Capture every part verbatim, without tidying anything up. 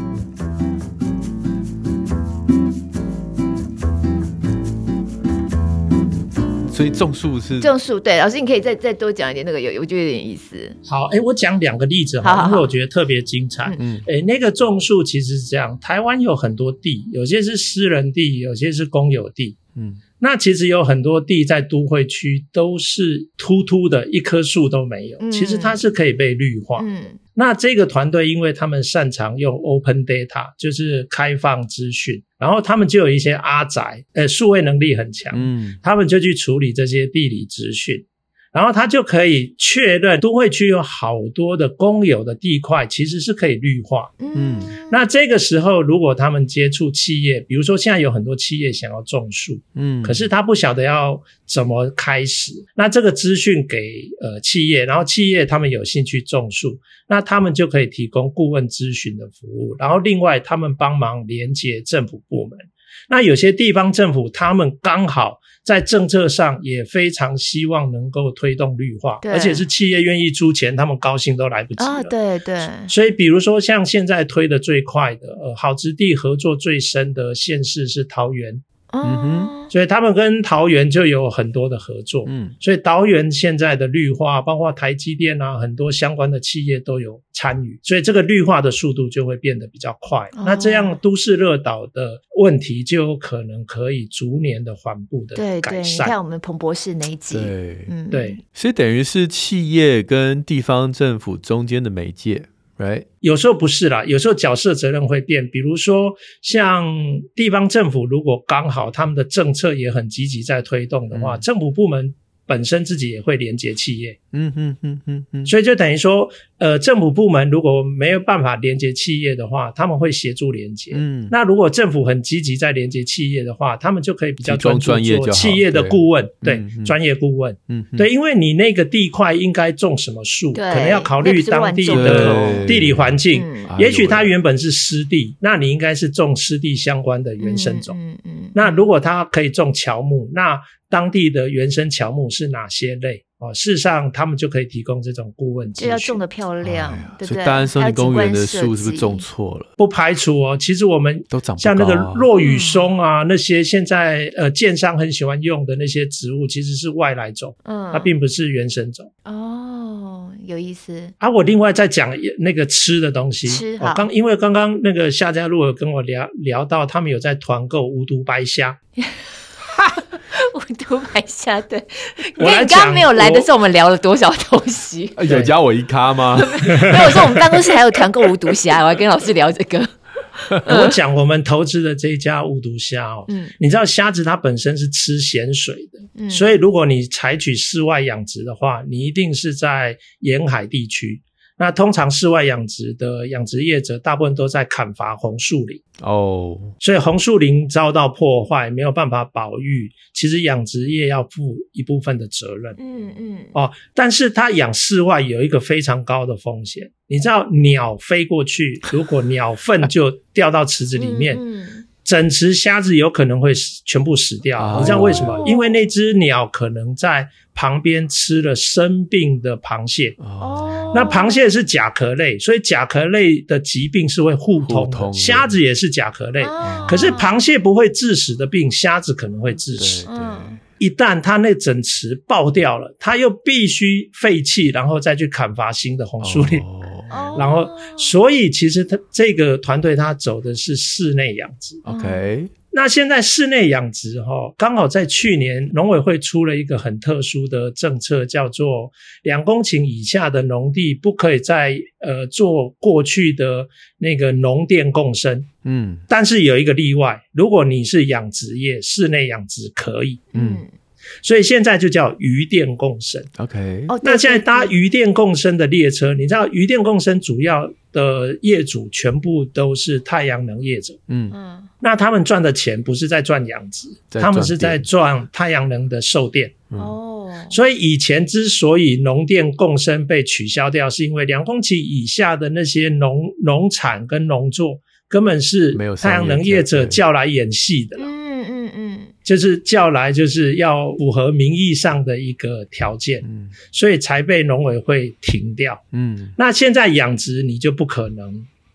所以种树是种树，对，老师你可以再再多讲一点，那个有我觉得有点意思。 好，哎，我讲两个例子哈，因为我觉得特别精彩。嗯，哎，那个种树其实是这样，台湾有很多地，有些是私人地，有些是公有地。嗯，那其实有很多地在都会区都是秃秃的，一棵树都没有。嗯，其实它是可以被绿化。嗯，那这个团队因为他们擅长用 open data， 就是开放资讯，然后他们就有一些阿宅，呃，数位能力很强，嗯，他们就去处理这些地理资讯，然后他就可以确认都会区有好多的公有的地块其实是可以绿化。嗯，那这个时候如果他们接触企业，比如说现在有很多企业想要种树，嗯，可是他不晓得要怎么开始，那这个资讯给呃企业，然后企业他们有兴趣种树，那他们就可以提供顾问咨询的服务，然后另外他们帮忙连接政府部门。那有些地方政府他们刚好在政策上也非常希望能够推动绿化，而且是企业愿意出钱，他们高兴都来不及了。哦， 对对。 所以比如说像现在推的最快的呃，好质地合作最深的县市是桃园。嗯哼，所以他们跟桃园就有很多的合作。嗯，所以桃园现在的绿化，包括台积电啊，很多相关的企业都有参与，所以这个绿化的速度就会变得比较快。哦，那这样都市热岛的问题就有可能可以逐年的缓步的改善。对对，你看我们彭博士那一集。 对， 嗯， 对， 所以等于是企业跟地方政府中间的媒介。Right. 有时候不是啦，有时候角色责任会变，比如说像地方政府如果刚好他们的政策也很积极在推动的话，嗯，政府部门本身自己也会连接企业。嗯哼哼哼哼，所以就等于说呃，政府部门如果没有办法连接企业的话，他们会协助连接。嗯，那如果政府很积极在连接企业的话，他们就可以比较专注做企业的顾问。对，对，专业顾问。嗯，对，因为你那个地块应该种什么树，可能要考虑当地的地理环境。也许它原本是湿地，那你应该是种湿地相关的原生种。嗯 嗯, 嗯，那如果它可以种乔木，那当地的原生乔木是哪些类？哦，事实上他们就可以提供这种顾问咨询， 就要种得漂亮，哎，对不对？ 所以大安森林公园的树是不是种错了？ 不排除哦，其实我们都长不高， 像那个落羽松啊，嗯，那些现在呃建商很喜欢用的那些植物，其实是外来种，嗯，它并不是原生种。 哦，有意思啊！我另外再讲那个吃的东西， 吃好， 哦，刚因为刚刚那个夏家路有跟我聊聊到，他们有在团购无毒白虾。 无毒白虾，对，因为你刚刚没有来的时候，我们聊了多少东西？ 有加我一咖吗？ 没有，我说我们办公室还有团购无毒虾，我还跟老师聊这个。 我讲我们投资的这一家无毒虾哦，嗯，你知道虾子它本身是吃咸水的，嗯，所以如果你采取室外养殖的话，你一定是在沿海地区。那通常室外养殖的养殖业者大部分都在砍伐红树林哦，所以红树林遭到破坏没有办法保育，其实养殖业要负一部分的责任。嗯嗯哦，但是它养室外有一个非常高的风险，你知道鸟飞过去，如果鸟粪就掉到池子里面，嗯嗯，整池虾子有可能会全部死掉。哦，你知道为什么？因为那只鸟可能在旁边吃了生病的螃蟹。哦，那螃蟹是甲壳类，所以甲壳类的疾病是会互通的，通虾子也是甲壳类。哦，可是螃蟹不会致死的病，虾子可能会致死。对对，一旦它那整池爆掉了，它又必须废弃，然后再去砍伐新的红树林。哦，然后所以其实它这个团队它走的是室内养殖。 OK， 那现在室内养殖齁，刚好在去年农委会出了一个很特殊的政策，叫做两公顷以下的农地不可以再呃做过去的那个农电共生。嗯，但是有一个例外，如果你是养殖业，室内养殖可以。嗯，所以现在就叫渔电共生。 OK， 那现在搭渔电共生的列车，你知道渔电共生主要的业主全部都是太阳能业者。嗯嗯，那他们赚的钱不是在赚养殖，他们是在赚太阳能的售电。哦，所以以前之所以农电共生被取消掉，是因为两公顷以下的那些农农产跟农作根本是太阳能业者叫来演戏的。嗯嗯嗯，就是叫来就是要符合名义上的一个条件。嗯，所以才被农委会停掉。嗯，那现在养殖你就不可能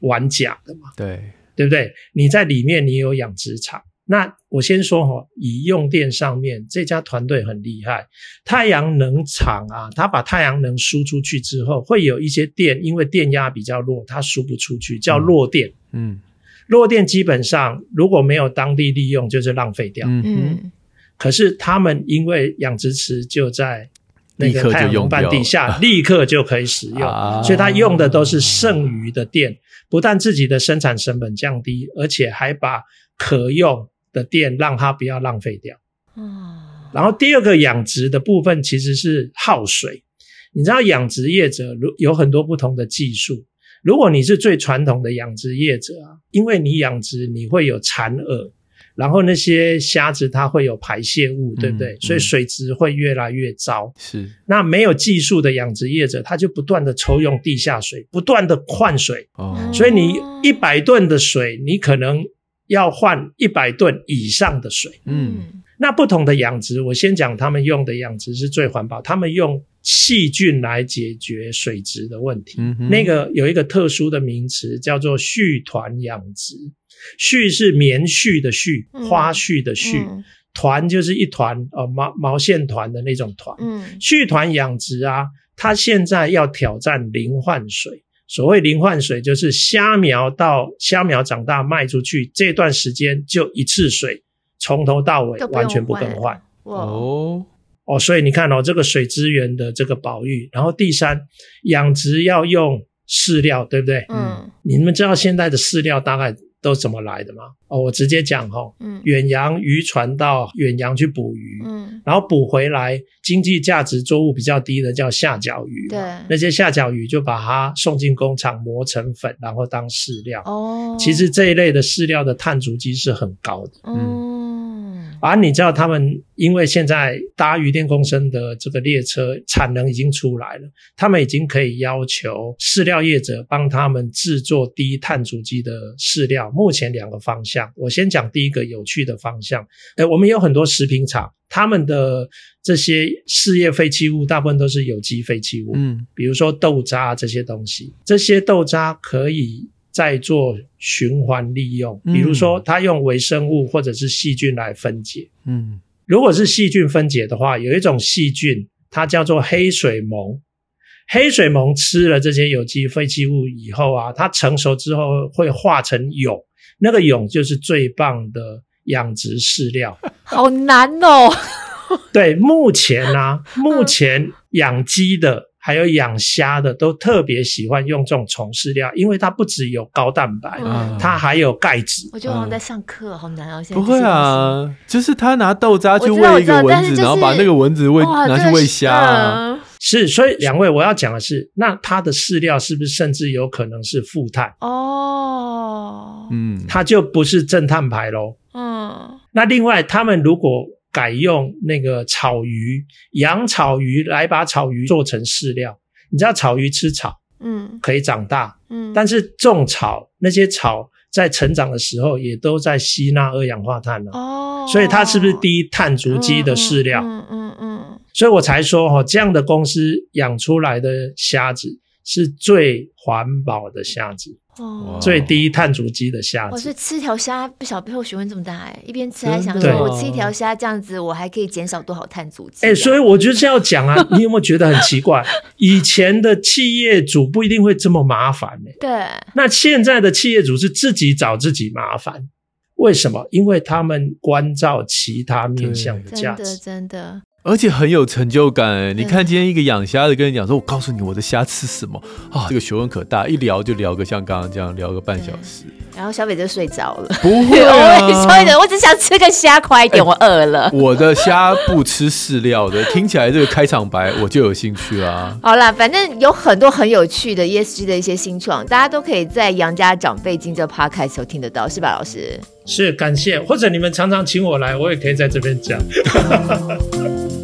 玩假的嘛， 对对不对？你在里面你有养殖场，那我先说齁，以用电上面这家团队很厉害，太阳能厂啊，它把太阳能输出去之后，会有一些电因为电压比较弱，它输不出去，叫弱电。嗯，弱电基本上如果没有当地利用就是浪费掉。嗯，可是他们因为养殖池就在那个太阳能板底下，立刻就可以使用，啊、所以它用的都是剩余的电，不但自己的生产成本降低，而且还把可用的电让它不要浪费掉。嗯，然后第二个养殖的部分其实是耗水，你知道养殖业者有很多不同的技术，如果你是最传统的养殖业者啊，因为你养殖你会有蚕蛾，然后那些虾子它会有排泄物，对不对？嗯嗯、所以水质会越来越糟。是，那没有技术的养殖业者，他就不断的抽用地下水，不断的换水。哦，所以你一百吨的水，你可能要换一百吨以上的水。嗯，那不同的养殖，我先讲他们用的养殖是最环保，他们用细菌来解决水质的问题。嗯、那个有一个特殊的名词叫做絮团养殖。絮是棉絮的絮，花絮的絮，嗯、团就是一团呃毛毛线团的那种团。嗯，絮团养殖啊，它现在要挑战零换水。所谓零换水，就是虾苗到虾苗长大卖出去这段时间就一次水，从头到尾完全不更换。哦哦，所以你看哦，这个水资源的这个保育。然后第三，养殖要用饲料，对不对？嗯，你们知道现在的饲料大概都怎么来的吗？哦，我直接讲齁，嗯，远洋渔船到远洋去捕鱼，嗯，然后捕回来经济价值作物比较低的叫下脚鱼，对，那些下脚鱼就把它送进工厂磨成粉，然后当饲料。哦，其实这一类的饲料的碳足迹是很高的，嗯。而、啊、你知道他们因为现在搭渔电共生的这个列车产能已经出来了，他们已经可以要求饲料业者帮他们制作低碳足迹的饲料。目前两个方向，我先讲第一个有趣的方向。诶，我们有很多食品厂，他们的这些事业废弃物大部分都是有机废弃物，嗯，比如说豆渣这些东西，这些豆渣可以再做循环利用，比如说它用微生物或者是细菌来分解。嗯，如果是细菌分解的话，有一种细菌它叫做黑水虻。黑水虻吃了这些有机废弃物以后啊，它成熟之后会化成蛹，那个蛹就是最棒的养殖饲料。 好难哦。 对，目前啊，目前养鸡的还有养虾的都特别喜欢用这种虫饲料，因为它不只有高蛋白，嗯、它还有钙质。 我觉得好像在上课，嗯、好难啊！ 不会啊，就是他拿豆渣去喂一个蚊子，就是、然后把那个蚊子喂拿去喂虾、啊。 是，所以两位我要讲的是，那它的饲料是不是甚至有可能是负碳？哦，嗯，它就不是正碳排咯。嗯，那另外他们如果改用那个草鱼，养草鱼来把草鱼做成饲料。你知道草鱼吃草，嗯，可以长大，嗯，但是种草那些草在成长的时候也都在吸纳二氧化碳了，哦，所以它是不是低碳足迹的饲料？嗯嗯 嗯, 嗯，所以我才说齁，这样的公司养出来的虾子是最环保的虾子。哦，最低碳足迹的虾子。 我是吃条虾不晓得背后学问这么大哎，一边吃还想说我吃一条虾这样子我还可以减少多少碳足迹、啊、 哎，所以我就是要讲啊，你有没有觉得很奇怪？以前的企业主不一定会这么麻烦呢、欸。对，那现在的企业主是自己找自己麻烦，为什么？因为他们关照其他面向的价值， 真的真的。 而且很有成就感。你看今天一个养虾的跟你讲说，我告诉你我的虾吃什么啊，这个学问可大，一聊就聊个像刚刚这样聊个半小时， 然后小北就睡着了。 不会啊， 小北的我只想吃个虾，快一点、欸、我饿了。 我的虾不吃饲料的，听起来这个开场白我就有兴趣啦。 好啦，反正有很多很有趣的 E S G 的一些新创，大家都可以在杨家长辈经这 Podcast 听得到，是吧老师？ 是，感谢，或者你们常常请我来，我也可以在这边讲。